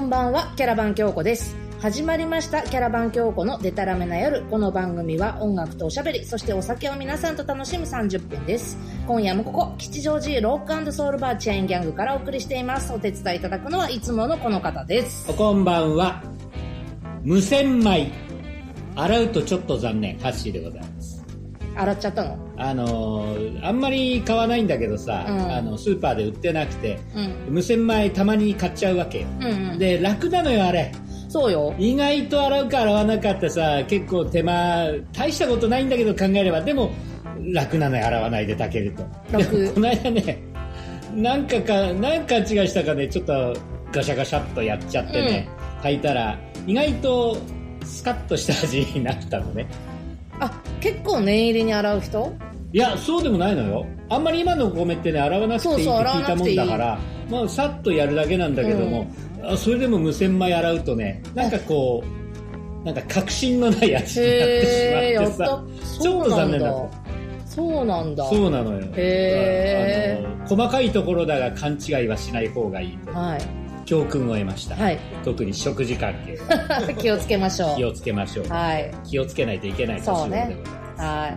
んばんは、キャラバン京子です。始まりましたキャラバン京子のデタラメな夜。この番組は音楽とおしゃべり、そしてお酒を皆さんと楽しむ30分です。今夜もここ吉祥寺ロック&ソウルバーチェーンギャングからお送りしています。お手伝いいただくのはいつものこの方です。 こんばんは。無洗米洗うとちょっと残念、ハッシーでございます。 洗っちゃったの？ あんまり買わないんだけどさ、スーパーで売ってなくて、無洗米たまに買っちゃうわけよ、で楽なのよあれ。 そうよ。意外と洗うか洗わなかったさ、結構手間、大したことないんだけど考えれば、でも楽なのよ、洗わないで炊けると。楽。この間ね、なんか勘違いしたかね、ちょっとガシャガシャっとやっちゃってね、炊いたら意外とスカッとした味になったのね。 あ、結構念入りに洗う人？ いや、そうでもないのよ。あんまり今のお米ってね、洗わなくていいって聞いたもんだから、まあ、さっとやるだけなんだけども、それでも無洗米洗うとね、なんかこう、なんか確信のない味になってしまってさ、ちょっと残念だった。 そうなんだ。 そうなのよ。細かいところだが勘違いはしない方がいいと。はい。教訓を得ました。はい。特に食事関係気をつけましょう。 気をつけましょう。 はい。 気をつけないといけない年頃でございます。 はい。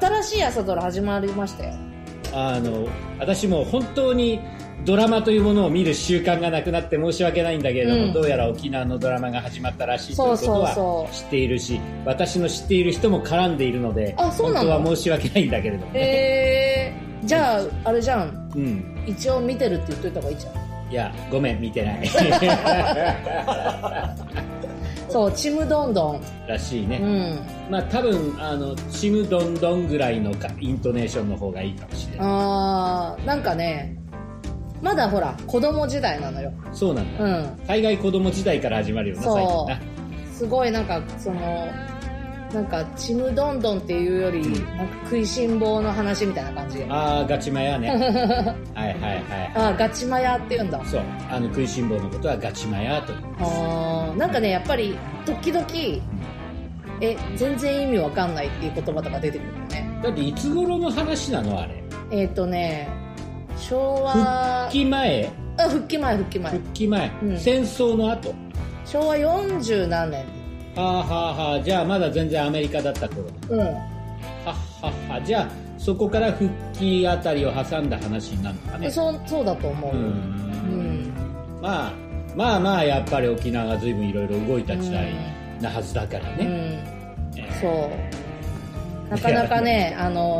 新しい朝ドラ始まりましたよ。 私も本当にドラマというものを見る習慣がなくなって申し訳ないんだけれども、どうやら沖縄のドラマが始まったらしいということは知っているし、私の知っている人も絡んでいるので、本当は申し訳ないんだけれどもね。 じゃああれじゃん、一応見てるって言っといた方がいいじゃん。 いや、ごめん、見てないそう、ちむどんどんらしいね。まあ多分ちむどんどんぐらいのイントネーションの方がいいかもしれない。 なんかね、まだほら子供時代なのよ。 そうなんだ。大概子供時代から始まるよな、最近な。 すごいなんかなんかちむどんどんっていうより、なんか食いしん坊の話みたいな感じ。 ガチマヤね。はいはいはい。 ガチマヤって言うんだ。 そう、食いしん坊のことはガチマヤと言います。なんかね、やっぱり時々全然意味わかんないっていう言葉とか出てくるよね。 だっていつ頃の話なのあれ？ 昭和復帰前。 復帰前、 戦争の後。 昭和40何年。 じゃあまだ全然アメリカだった頃だ。じゃあそこから復帰あたりを挟んだ話になるのかね。 そうだと思う。 まあやっぱり沖縄が随分いろいろ動いた時代なはずだからね。 そうなかなかね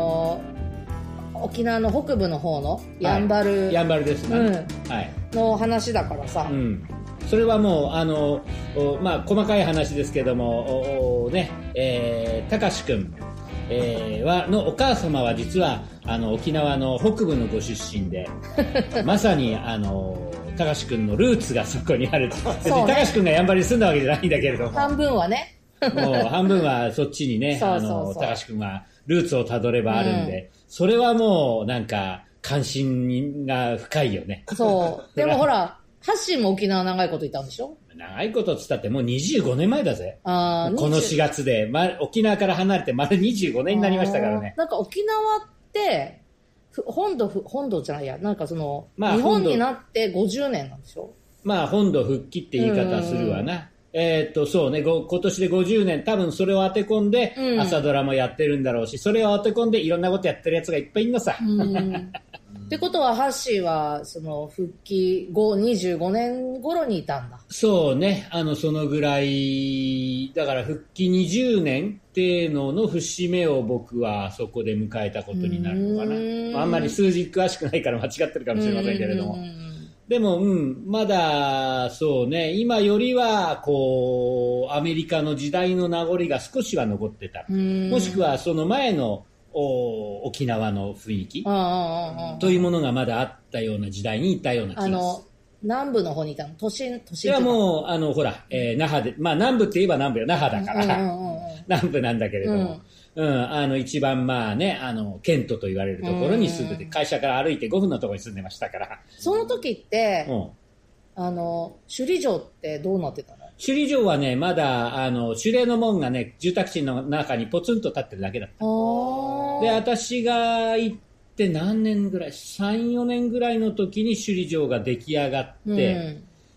沖縄の北部の方のやんばるですね、 の話だからさ、 それはもうまあ細かい話ですけどもたかしくんのお母様は実は沖縄の北部のご出身でまさにたかしくんのルーツがそこにある。別にたかしくんがやんばりに住んだわけじゃないんだけれども、 半分はねもう半分はそっちにねたかしくんはルーツをたどればあるんで、それはもうなんか関心が深いよね。 そうでもほらハッシーも沖縄長いこといたんでしょ？ 長いことっつったってもう25年前だぜ。この4月で、沖縄から離れて丸25年になりましたからね。 なんか沖縄って本土じゃないや、なんか日本になって50年なんでしょ？ まあ本土復帰って言い方するわな。そうね、今年で50年、多分それを当て込んで、朝ドラもやってるんだろうし、それを当て込んでいろんなことやってるやつがいっぱいいるのさ。 ってことはハッシーは復帰後25年頃にいたんだ。 そうね、そのぐらいだから復帰20年っていうのの節目を僕はそこで迎えたことになるのかな。あんまり数字詳しくないから間違ってるかもしれませんけれども、でもまだそうね、今よりはアメリカの時代の名残が少しは残ってた。もしくはその前の沖縄の雰囲気というものがまだあったような時代にいたような気がする。 南部の方にいたの？都心いやもうほら、那覇で、まあ南部って言えば南部よ、那覇だから、南部なんだけれども、一番ケントと言われるところに住んでて、会社から歩いて5分のところに住んでましたから。 その時って、首里城ってどうなってたの？ 首里城はね、まだ守礼の門がね、住宅地の中にポツンと立ってるだけだった。で、私が行って何年ぐらい、3、4年ぐらいの時に首里城が出来上がって、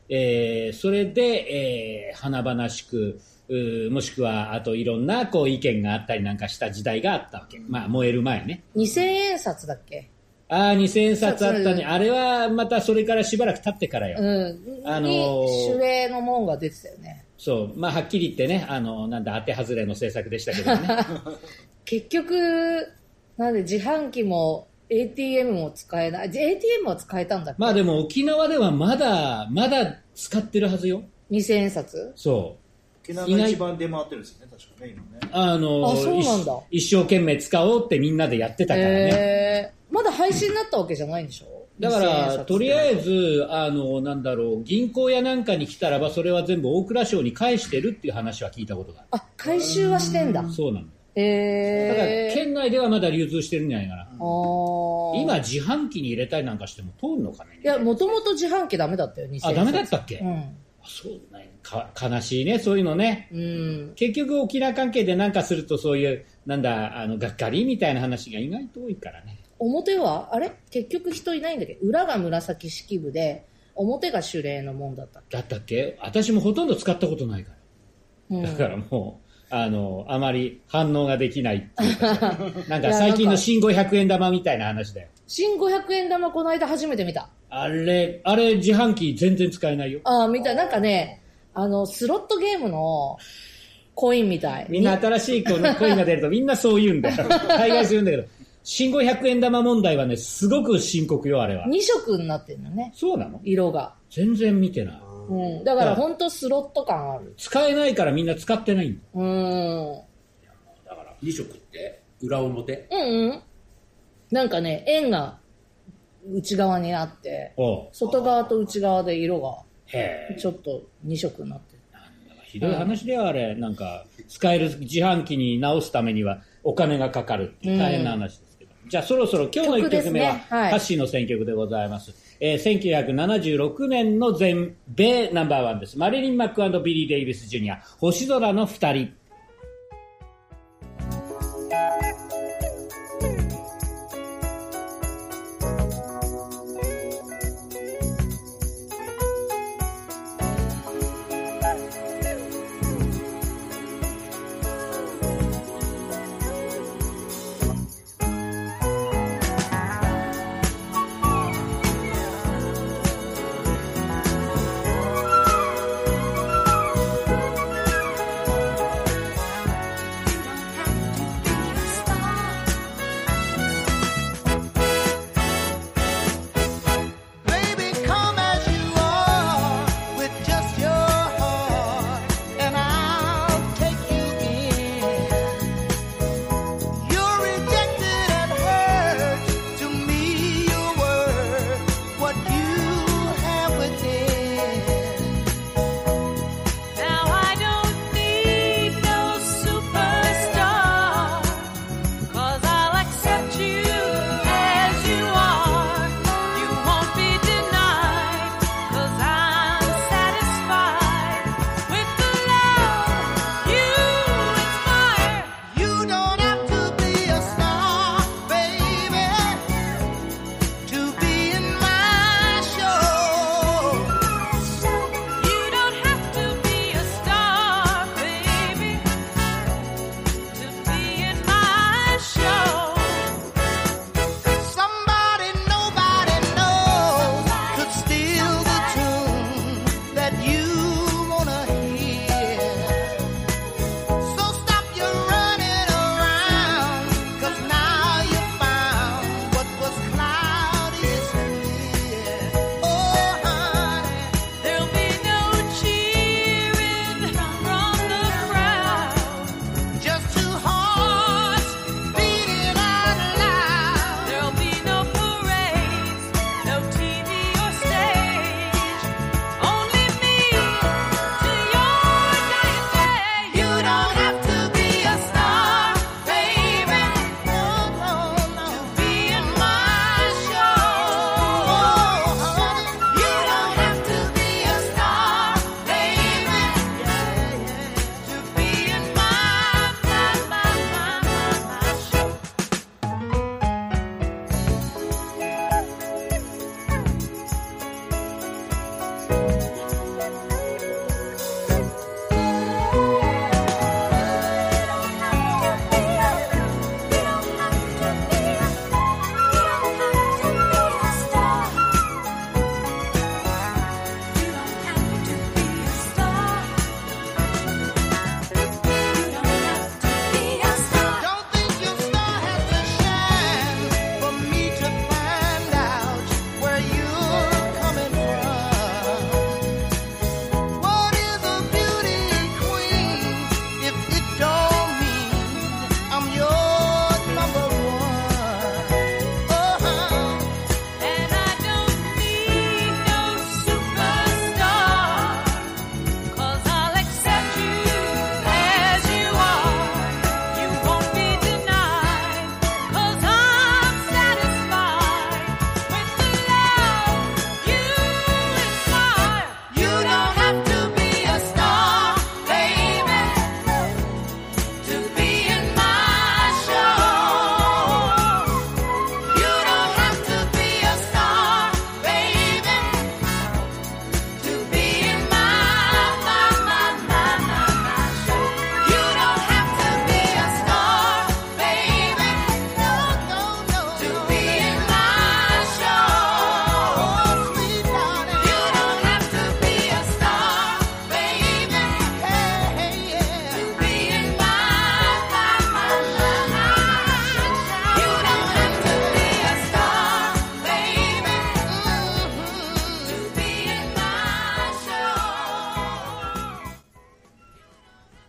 それで、華々しく、もしくはあといろんなこう意見があったりなんかした時代があったわけ。まあ燃える前ね。 2000円札だっけ？ ああ、2000円札あったね。あれはまたそれからしばらく経ってからよ。 主礼の門が出てたよね。 そう。まあはっきり言ってね、なんだ、当て外れの政策でしたけどね。 結局、なんで自販機も ATM も使えない。ATM は使えたんだっけ？ まあでも沖縄ではまだ使ってるはずよ。 2000円札？ そう。 沖縄が一番出回ってるんですよね、確かね、今ね。 そうなんだ。 一生懸命使おうってみんなでやってたからね。 まだ廃止になったわけじゃないんでしょ？ だから、とりあえず、なんだろう、銀行やなんかに来たらば、それは全部大蔵省に返してるっていう話は聞いたことがある。 回収はしてんだ。 そうなの。だから県内ではまだ流通してるんじゃないかな。今自販機に入れたりなんかしても通るのかね。 いや、もともと自販機ダメだったよ、2000円。 ダメだったっけ？そうね。悲しいね、そういうのね。結局沖縄関係でなんかするとそういう、なんだ、がっかりみたいな話が意外と多いからね。表はあれ結局人いないんだけど、裏が紫式部で、表が主礼のもんだったっけ？ だったっけ？私もほとんど使ったことないから。だからもう、あまり反応ができないっていうか、なんか最近の新500円玉みたいな話だよ。 新500円玉この間初めて見た。 あれ自販機全然使えないよ。 見た。なんかね、スロットゲームのコインみたい。 みんな新しいコインが出るとみんなそう言うんだよ。大概するんだけど。新500円玉問題はね、すごく深刻よ、あれは。 2色になってるのね。 そうなの？ 色が。 全然見てない。 だから本当スロット感ある。 使えないからみんな使ってないんだ。 だから2色って裏表？ なんかね、円が内側にあって、外側と内側で色がちょっと2色になってる。 ひどい話だよ、あれ。なんか、使える自販機に直すためにはお金がかかるって大変な話ですけど。じゃあそろそろ今日の1曲目は、ハッシーの選曲でございます。1976年の全米ナンバーワンです。マリリン・マック&ビリー・デイビス・ジュニア、星空の二人。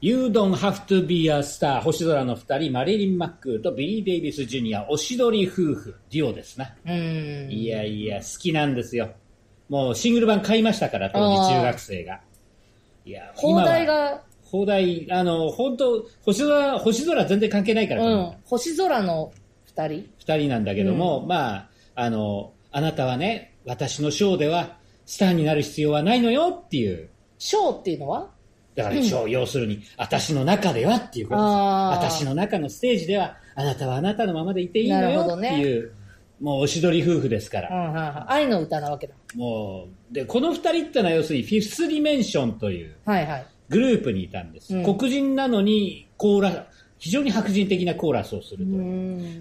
You don't have to be a star 星空の2人マリリン・マックーとビリー・デイビス・ジュニアおしどり夫婦デュオですな。いやいや好きなんですよ。もうシングル版買いましたから当時中学生が。いや放題が放題本当星空全然関係ないから、 星空の2 人なんだけども、まああなたはね私のショーではスターになる必要はないのよっていう。 ショーっていうのはだから要するに私の中ではっていうことです。私の中のステージではあなたはあなたのままでいていいのよっていう、もうおしどり夫婦ですから、 愛の歌なわけだ。 もうでこの2人ってのは要するにフィフスディメンションというグループにいたんです、黒人なのに非常に白人的なコーラスをするという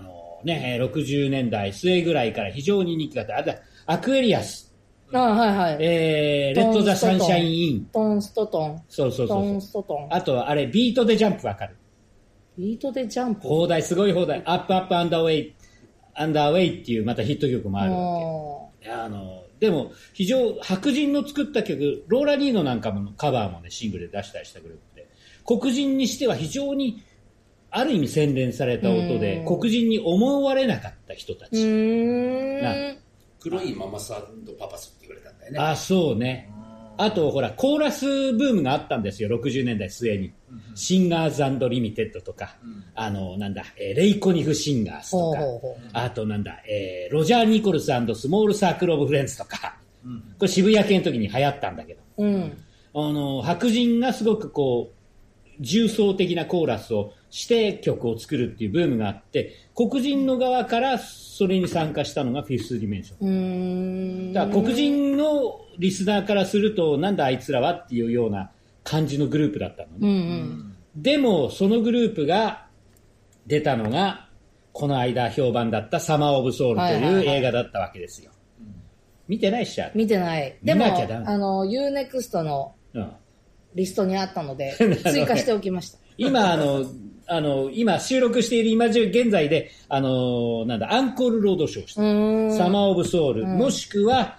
、60年代末ぐらいから非常に人気があった。アクエリアス、レッド・ザ・サンシャイン・イン、 トンストトン、 そうトンストトン、 あとあれビートでジャンプわかる？ ビートでジャンプ、 放題すごい放題、アップアップアンダーウェイっていうまたヒット曲もあるわけ。でも白人の作った曲、ローラ・リーノなんかもカバーもねシングルで出したりしたグループで、黒人にしては非常にある意味洗練された音で黒人に思われなかった人たち。 黒いママさんとパパスって言われたんだよね。 あ、そうね。あとほらコーラスブームがあったんですよ60年代末に、シンガーズ&リミテッドとか、レイコニフシンガーズとか、あとロジャー・ニコルス&スモール・サークル・オブ・フレンズとか、これ渋谷系の時に流行ったんだけど、白人がすごくこう重層的なコーラスをして曲を作るっていうブームがあって、黒人の側からそれに参加したのがフィフスディメンション。だから黒人のリスナーからするとなんだあいつらはっていうような感じのグループだったのね、でもそのグループが出たのがこの間評判だったサマー・オブ・ソウルという映画だったわけですよ。見てないっしょ？ 見てない。でもUNEXT のリストにあったので追加しておきました。 今今収録している今現在でアンコールロードショーをしてサマーオブソウル、もしくは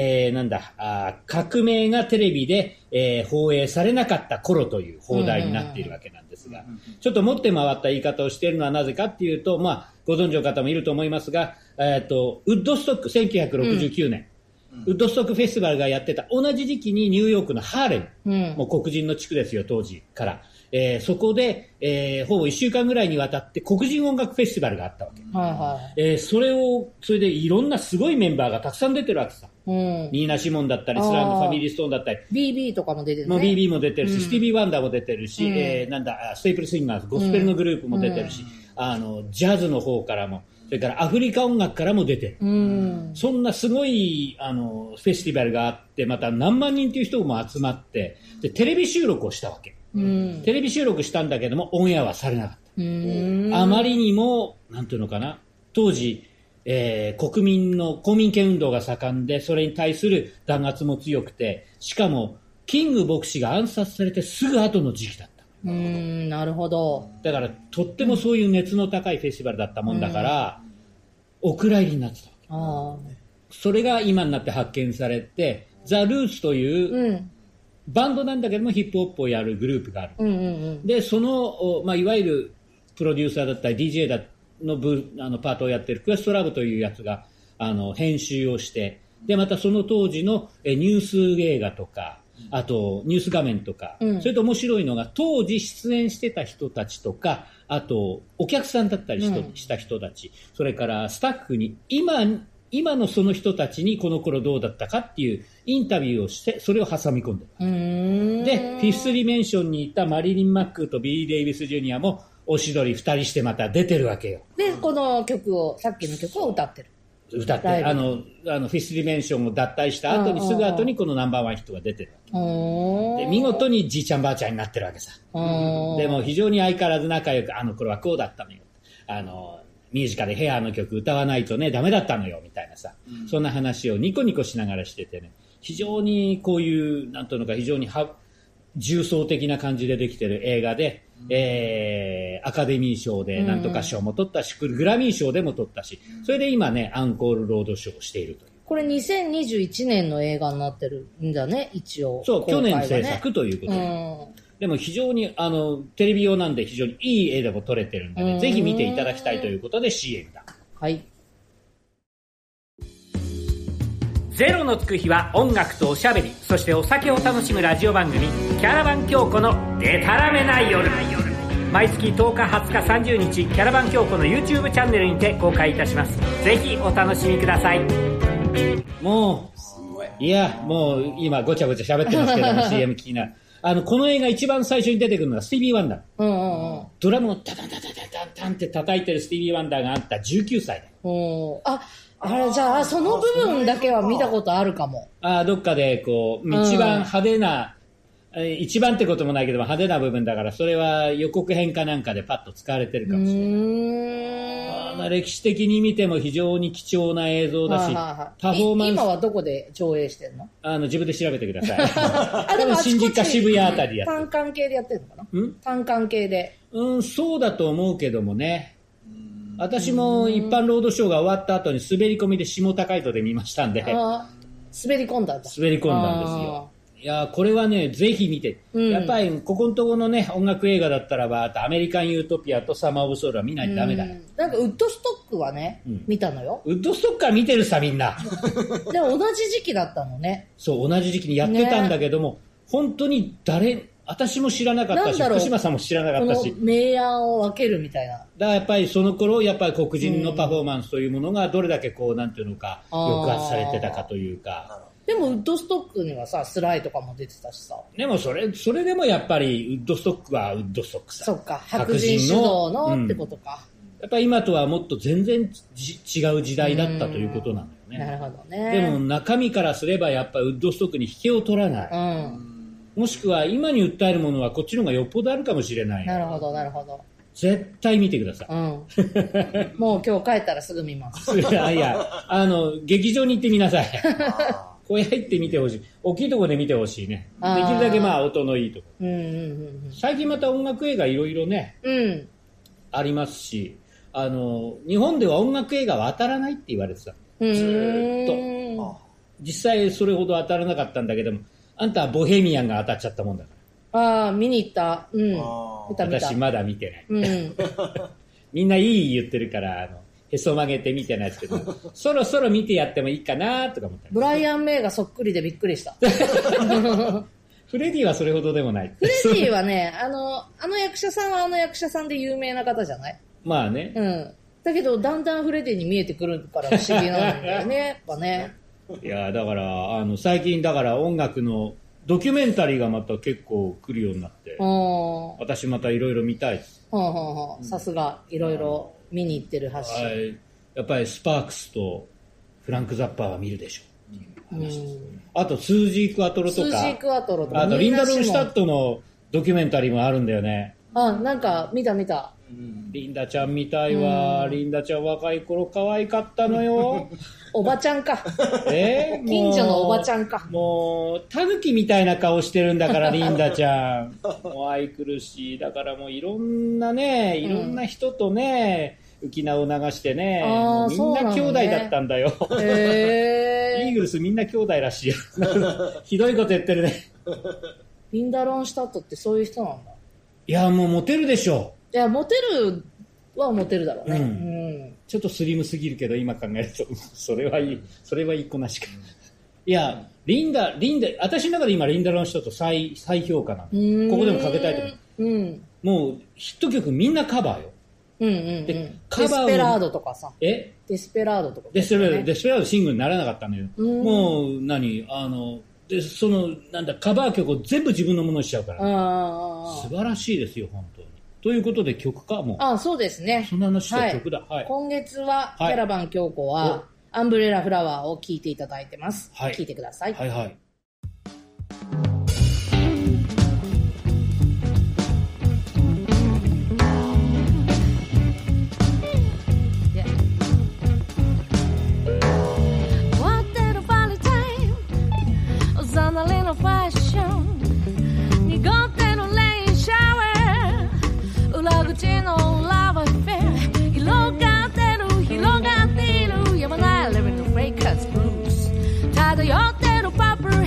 革命がテレビで、放映されなかった頃という放題になっているわけなんですが、ちょっと持って回った言い方をしているのはなぜかっていうと、ご存知の方もいると思いますが、ウッドストック1969年、ウッドストックフェスティバルがやってた同じ時期にニューヨークのハーレム、もう黒人の地区ですよ当時から、そこで、ほぼ1週間ぐらいにわたって黒人音楽フェスティバルがあったわけ、それでいろんなすごいメンバーがたくさん出てるわけさ、ニーナ・シモンだったりスランド・ファミリー・ストーンだったり BB とかも出てるね。 もう BB も出てるし、スティービー・ワンダーも出てるし、ステープル・シンガーズゴスペルのグループも出てるし、ジャズの方からも、それからアフリカ音楽からも出てる、そんなすごいフェスティバルがあって、また何万人という人も集まって、でテレビ収録をしたわけ、テレビ収録したんだけどもオンエアはされなかった。あまりにもなんていうのかな、当時、国民の公民権運動が盛んで、それに対する弾圧も強くて、しかもキング牧師が暗殺されてすぐ後の時期だった。 なるほど。 だからとってもそういう熱の高いフェスティバルだったもんだから、お蔵入りになってたわけ。それが今になって発見されて、ザ・ルーツという、バンドなんだけどもヒップホップをやるグループがある、でその、いわゆるプロデューサーだったり DJ のパートをやってるクエストラブというやつが編集をして、でまたその当時のニュース映画とか、あとニュース画面とか、それと面白いのが当時出演してた人たちとか、あとお客さんだったりした人たち、それからスタッフに今のその人たちにこの頃どうだったかっていうインタビューをして、それを挟み込んでる。でフィフスディメンションにいたマリリン・マックーとビリー・デイビス・ジュニアもおしどり2人してまた出てるわけよ。 でこの曲を、さっきの曲を歌ってる。 フィフスディメンションを脱退した後にすぐ後にこのナンバーワンヒットが出てるわけで、見事にじいちゃんばあちゃんになってるわけさ。でも非常に相変わらず仲良く、これはこうだったのよ、ミュージカルヘアの曲歌わないとねダメだったのよみたいなさ、そんな話をニコニコしながらしててね、非常にこういうなんというのか非常に重層的な感じでできてる映画で、アカデミー賞でなんとか賞も取ったし、グラミー賞でも取ったし、それで今ねアンコールロードショーをしているという。 これ2021年の映画になってるんだね、一応。 そう、去年制作ということでも非常にテレビ用なんで非常にいい絵でも撮れてるんで、ね、ぜひ見ていただきたいということで CM だ。 はい。 ゼロのつく日は音楽とおしゃべり、そしてお酒を楽しむラジオ番組キャラバン京子のデタラメな夜。毎月10日20日30日キャラバン京子の YouTube チャンネルにて公開いたします。ぜひお楽しみください。 もういやもう今ごちゃごちゃ喋ってますけどもCM 聞きながらこの映画一番最初に出てくるのがスティービー・ワンダー、ドラムをタタタタタタンって叩いてるスティービー・ワンダーがあった19歳だ。 あれじゃあその部分だけは見たことあるかも。 どっかでこう一番派手な、一番ってこともないけど派手な部分だから、それは予告編かなんかでパッと使われてるかもしれない。歴史的に見ても非常に貴重な映像だし、パフォーマンス今はどこで上映してんの？ 自分で調べてください。多分新宿か渋谷あたりでやってる。 単館系でやってるのかな？単館系で。 そうだと思うけどもね。私も一般ロードショーが終わった後に滑り込みで下高井戸で見ましたんで。 滑り込んだんだ。 滑り込んだんですよ。いやこれはねぜひ見て、やっぱりここのところのね音楽映画だったらばアメリカンユートピアとサマーオブソウルは見ないとダメだ。 なんかウッドストックはね、見たのよ。 ウッドストックは見てるさみんな。 でも同じ時期だったのね。 そう同じ時期にやってたんだけども、本当に私も知らなかったし福島さんも知らなかったし、 この明暗を分けるみたいな。 だからやっぱりその頃やっぱり黒人のパフォーマンスというものがどれだけこうなんていうのか抑圧されてたかというか。 でもウッドストックにはさスライとかも出てたしさ。 でもそれでもやっぱりウッドストックはウッドストックさ。 そっか白人主導のってことか。 やっぱり今とはもっと全然違う時代だったということなんだよね。 なるほどね。 でも中身からすればやっぱりウッドストックに引けを取らない。もしくは今に訴えるものはこっちの方がよっぽどあるかもしれない。 なるほどなるほど。 絶対見てください。 もう今日帰ったらすぐ見ます。 いや劇場に行ってみなさい。小屋行って見てほしい。大きいところで見てほしいね。できるだけ音のいいところ。最近また音楽映画いろいろね、ありますし、日本では音楽映画は当たらないって言われてた。ずっと。実際それほど当たらなかったんだけども、あんたはボヘミアンが当たっちゃったもんだから。 見に行った。 私まだ見てない。みんないい言ってるから、へそ曲げて見てないですけど、そろそろ見てやってもいいかなとか思った。 ブライアン・メイがそっくりでびっくりした。 フレディはそれほどでもない。 フレディはね、あの役者さんは役者さんで有名な方じゃない？ まあね。 だけど、だんだんフレディに見えてくるから不思議なんだよね、やっぱね。 いや、だから、最近だから音楽のドキュメンタリーがまた結構来るようになって、私またいろいろ見たいです。 さすが、いろいろ見に行ってるはず。 やっぱりスパークスとフランク・ザッパーは見るでしょう。あと、スージー・クワトロとか、あとリンダ・ロンシュタットのドキュメンタリーもあるんだよね。 なんか見た。 リンダちゃんみたいわ。リンダちゃん若い頃可愛かったのよ。 おばちゃんか。近所のおばちゃんか。 もう、タヌキみたいな顔してるんだから、リンダちゃん。もう愛くるしい。だからもういろんな人とね、浮き名を流してね、みんな兄弟だったんだよ。イーグルスみんな兄弟らしいよ。ひどいこと言ってるね。 リンダ・ロンシュタットってそういう人なんだ。 いや、もうモテるでしょ。 いや、モテるはモテるだろうね。 ちょっとスリムすぎるけど、今考えると、それはいい子なしか。いや、リンダ、私の中で今、リンダ・ロンシュタット再評価なの。ここでもかけたいと思う。もう、ヒット曲みんなカバーよ。 デスペラードとかさ。 デスペラードとか。 デスペラードシングルにならなかったのよ。もう、カバー曲を全部自分のものにしちゃうから。素晴らしいですよ、本当に。ということで曲かも。 そうですね。 そんな話した曲だ。 今月は、キャラバン京子は、アンブレラフラワーを聴いていただいてます。聴いてください。漂ってるパープル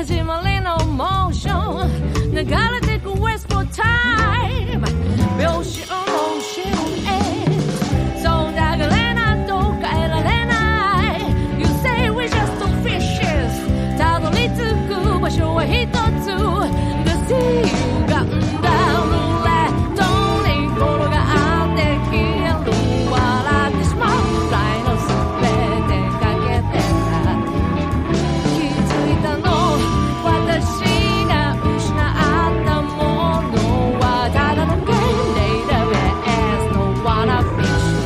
始まりのモーション流れてく West for time 秒針モーションへそう流れなど変えられない You say we just fishes たどり着く場所は一つ The sea が生んだルーレットに転がって消える笑ってしまうライの全てかけてた気づいたの私が失ったものはただのゲームデータベースのワナフィッシュ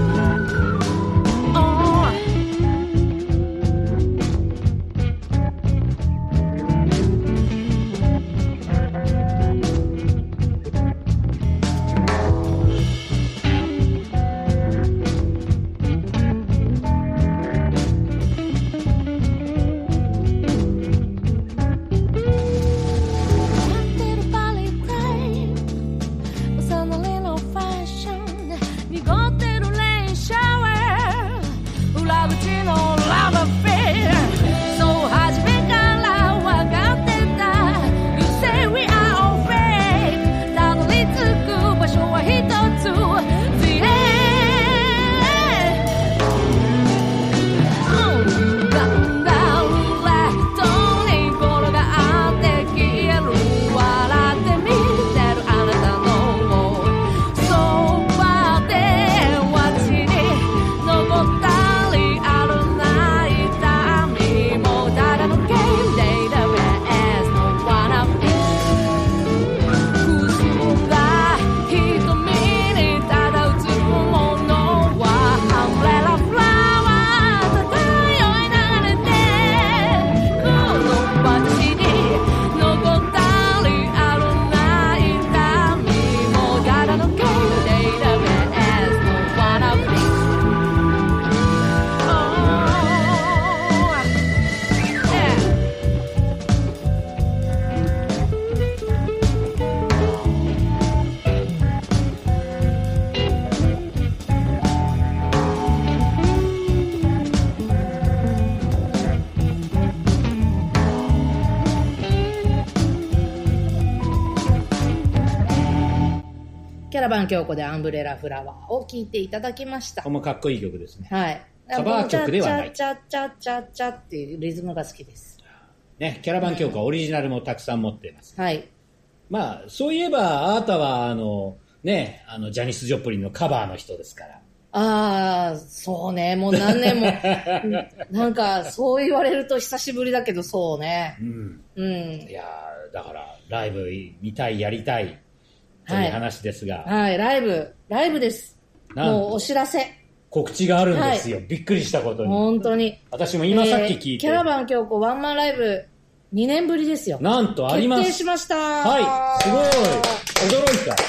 キャラバン京子でアンブレラフラワーを聴いていただきました。 これもかっこいい曲ですね。 はい。 カバー曲ではない。 チャチャチャチャっていうリズムが好きです。 ね、キャラバン京子はオリジナルもたくさん持っています。 はい。 まあ、そういえば、あなたは、ね、ジャニス・ジョプリンのカバーの人ですから。 ああ、そうね。もう何年も。なんか、そう言われると久しぶりだけど、そうね。 うん。 うん。 いやだから、ライブ見たい、やりたい、という話ですが。 はい、ライブです。もうお知らせ。 告知があるんですよ。はい、びっくりしたことに。 本当に。 私も今さっき聞いて。 キャラバン京子ワンマンライブ、2年ぶりですよ。 なんとあります。 決定しました。 はい、すごい。驚いた。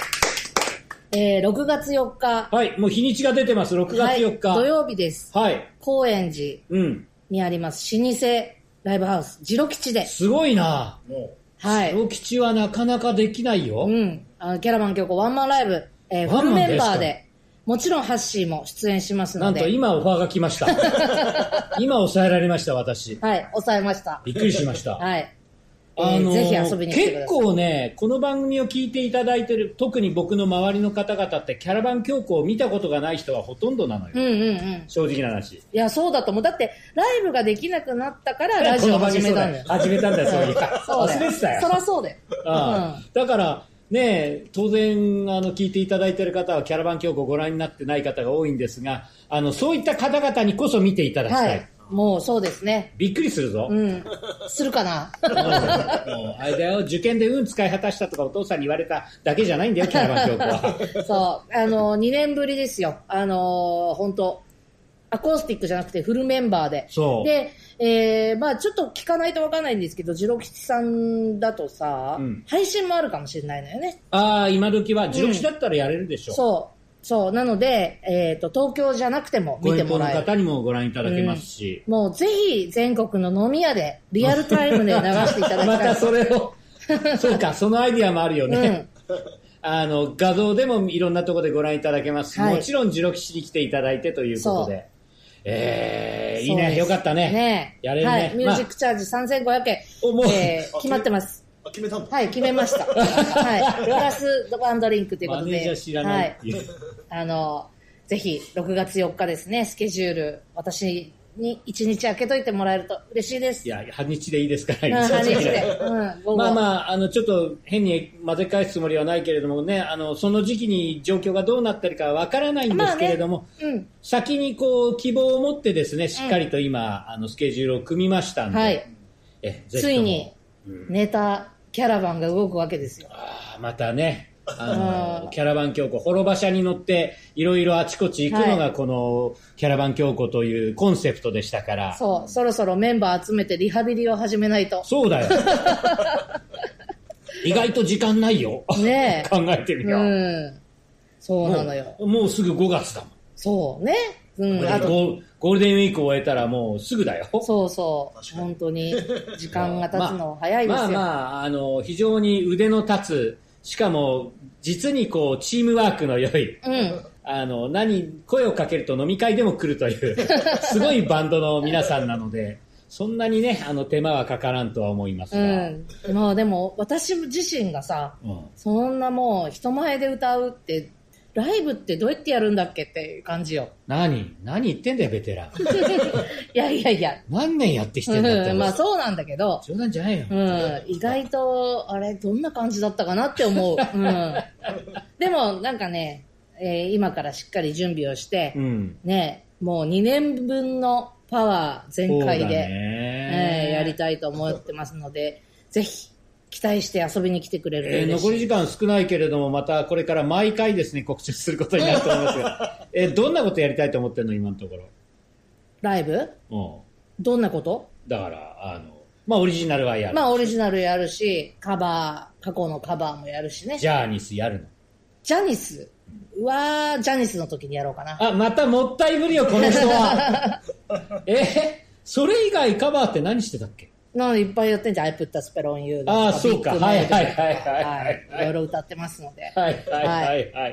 6月4日。 はい、もう日にちが出てます。6月4日。 はい、土曜日です。 はい。 高円寺にあります、老舗ライブハウス、ジロ吉で。 すごいな。もう。はい。ジロ吉はなかなかできないよ。 うん。キャラバン京子ワンマンライブ、フルメンバーで、もちろんハッシーも出演しますので。 なんと今オファーが来ました。今抑えられました、私。 はい、抑えました。 びっくりしました。 はい。ぜひ遊びに来てください。 結構ね、この番組を聞いていただいてる、特に僕の周りの方々ってキャラバン京子を見たことがない人はほとんどなのよ。 うんうんうん。 正直な話。 いや、そうだと思う。だって、ライブができなくなったからラジオを始めたんだよ。 始めたんだよ、そういう。忘れてたよ。 そらそうだよ。 だから、ね、当然聞いていただいている方はキャラバン京子をご覧になってない方が多いんですが、そういった方々にこそ見ていただきたい。はい、 もうそうですね。 びっくりするぞ。 うん。するかな。 もうあれだよ、受験で運使い果たしたとかお父さんに言われただけじゃないんだよ、キャラバン京子は。 そう。2年ぶりですよ。本当アコースティックじゃなくてフルメンバーで。 そう。 で、まあちょっと聞かないとわかんないんですけど、ジロ吉さんだとさ、配信もあるかもしれないのよね。 ああ、今時は、ジロ吉だったらやれるでしょ。 そう。なので、東京じゃなくても見てもらえる。 ご遠方の方にもご覧いただけますし。 もうぜひ全国の飲み屋でリアルタイムで流していただきたい。 またそれを、そうか、そのアイディアもあるよね。画像でもいろんなところでご覧いただけますし、もちろんジロ吉に来ていただいてということで。 いいね、よかったね。 ね、 やれるね。 はい、ミュージックチャージ3500円。 もう決まってます。 決めたんだ。 はい、決めました。はい。プラスワンドリンクということで。 マネージャー知らないっていう。 はい。ぜひ、6月4日ですね、スケジュール、私に1日空けといてもらえると嬉しいです。 いや、半日でいいですから。 半日で。 まあまあ、ちょっと変に混ぜ返すつもりはないけれどもね、その時期に状況がどうなってるかわからないんですけれども、先にこう、希望を持ってですね、しっかりと今、スケジュールを組みましたんで、はい。 ついに、ネタ、キャラバンが動くわけですよ。 またね。キャラバン教皇、滅場車に乗っていろいろあちこち行くのがこのキャラバン教皇というコンセプトでしたから。 そう、そろそろメンバー集めてリハビリを始めないと。 そうだよ。意外と時間ないよ。ねえ。考えてみよう。 そうなのよ。 もうすぐ5月だもん。 そうね。 あとゴールデンウィークを終えたらもうすぐだよ。 そうそう。本当に時間が経つの早いですよ。 まあ非常に腕の立つ、しかも、実にこう、チームワークの良い、声をかけると飲み会でも来るという、すごいバンドの皆さんなので、そんなにね、手間はかからんとは思いますが。 まあでも、私自身がさ、そんなもう、人前で歌うって、ライブってどうやってやるんだっけっていう感じよ。 何言ってんだよ、ベテラン。 いや。 何年やってきてんだって。 まあそうなんだけど。 冗談じゃないよ。 意外と、あれ、どんな感じだったかなって思う。でも、なんかね、今からしっかり準備をして、ね、もう2年分のパワー全開で、やりたいと思ってますので、ぜひ、期待して遊びに来てくれると嬉しい。 残り時間少ないけれども、またこれから毎回ですね、告知することになると思いますが、どんなことやりたいと思ってんの、今のところ。 ライブ？どんなこと？ だから、オリジナルはやる。 オリジナルやるし、過去のカバーもやるしね。 ジャニスやるの？ ジャニスは、ジャニスの時にやろうかな。 またもったいぶりよ、この人は。それ以外カバーって何してたっけ？ いっぱいやってんじゃん。I put a spell on you。 そうか。はい。 いろいろ歌ってますので。 はい。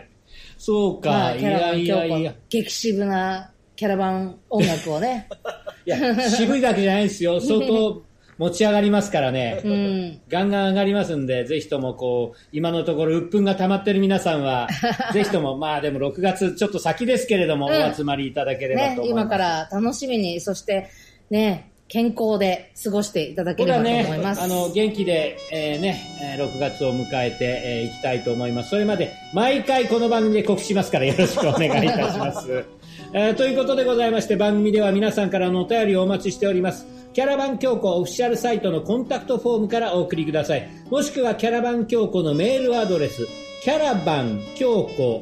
そうか。 キャラバン教皇。激渋なキャラバン音楽をね。 いや、渋いだけじゃないですよ。相当持ち上がりますからね。ガンガン上がりますんで、ぜひとも今のところ鬱憤が溜まってる皆さんは、ぜひとも、でも6月ちょっと先ですけれども、お集まりいただければと思います。 今から楽しみに、そしてね、健康で過ごしていただければと思います。 元気で、6月を迎えていきたいと思います。それまで毎回この番組で告知しますからよろしくお願いいたします。ということでございまして、番組では皆さんからのお便りをお待ちしております。キャラバン教皇オフィシャルサイトのコンタクトフォームからお送りください。もしくはキャラバン教皇のメールアドレス、キャラバン教皇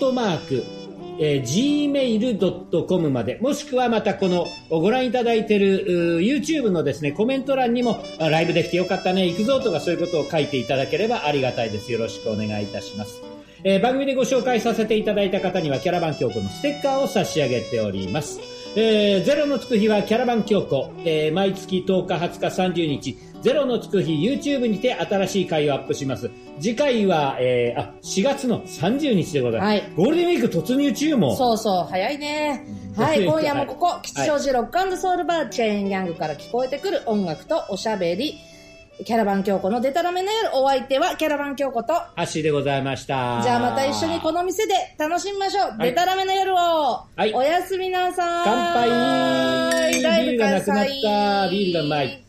@gmail.com まで、もしくはまたこのご覧いただいている YouTube のですね、コメント欄にもライブできてよかったね、行くぞとかそういうことを書いていただければありがたいです。よろしくお願いいたします。番組でご紹介させていただいた方にはキャラバン教皇のステッカーを差し上げております。ゼロのつく日はキャラバン教皇、毎月10日、20日、30日、ゼロのつく日 YouTube にて新しい回をアップします。次回は、4月の30日でございます。はい、ゴールデンウィーク突入中も。 そうそう、早いね。はい、今夜もここ、吉祥寺ロック&ソウルバーチェーンギャングから聞こえてくる音楽とおしゃべり。キャラバン京子のデタラメな夜、お相手はキャラバン京子とハッシーでございました。 じゃあまた一緒にこの店で楽しみましょう。デタラメな夜を、おやすみなさい。 乾杯。ビールがなくなった。ビールがうまい。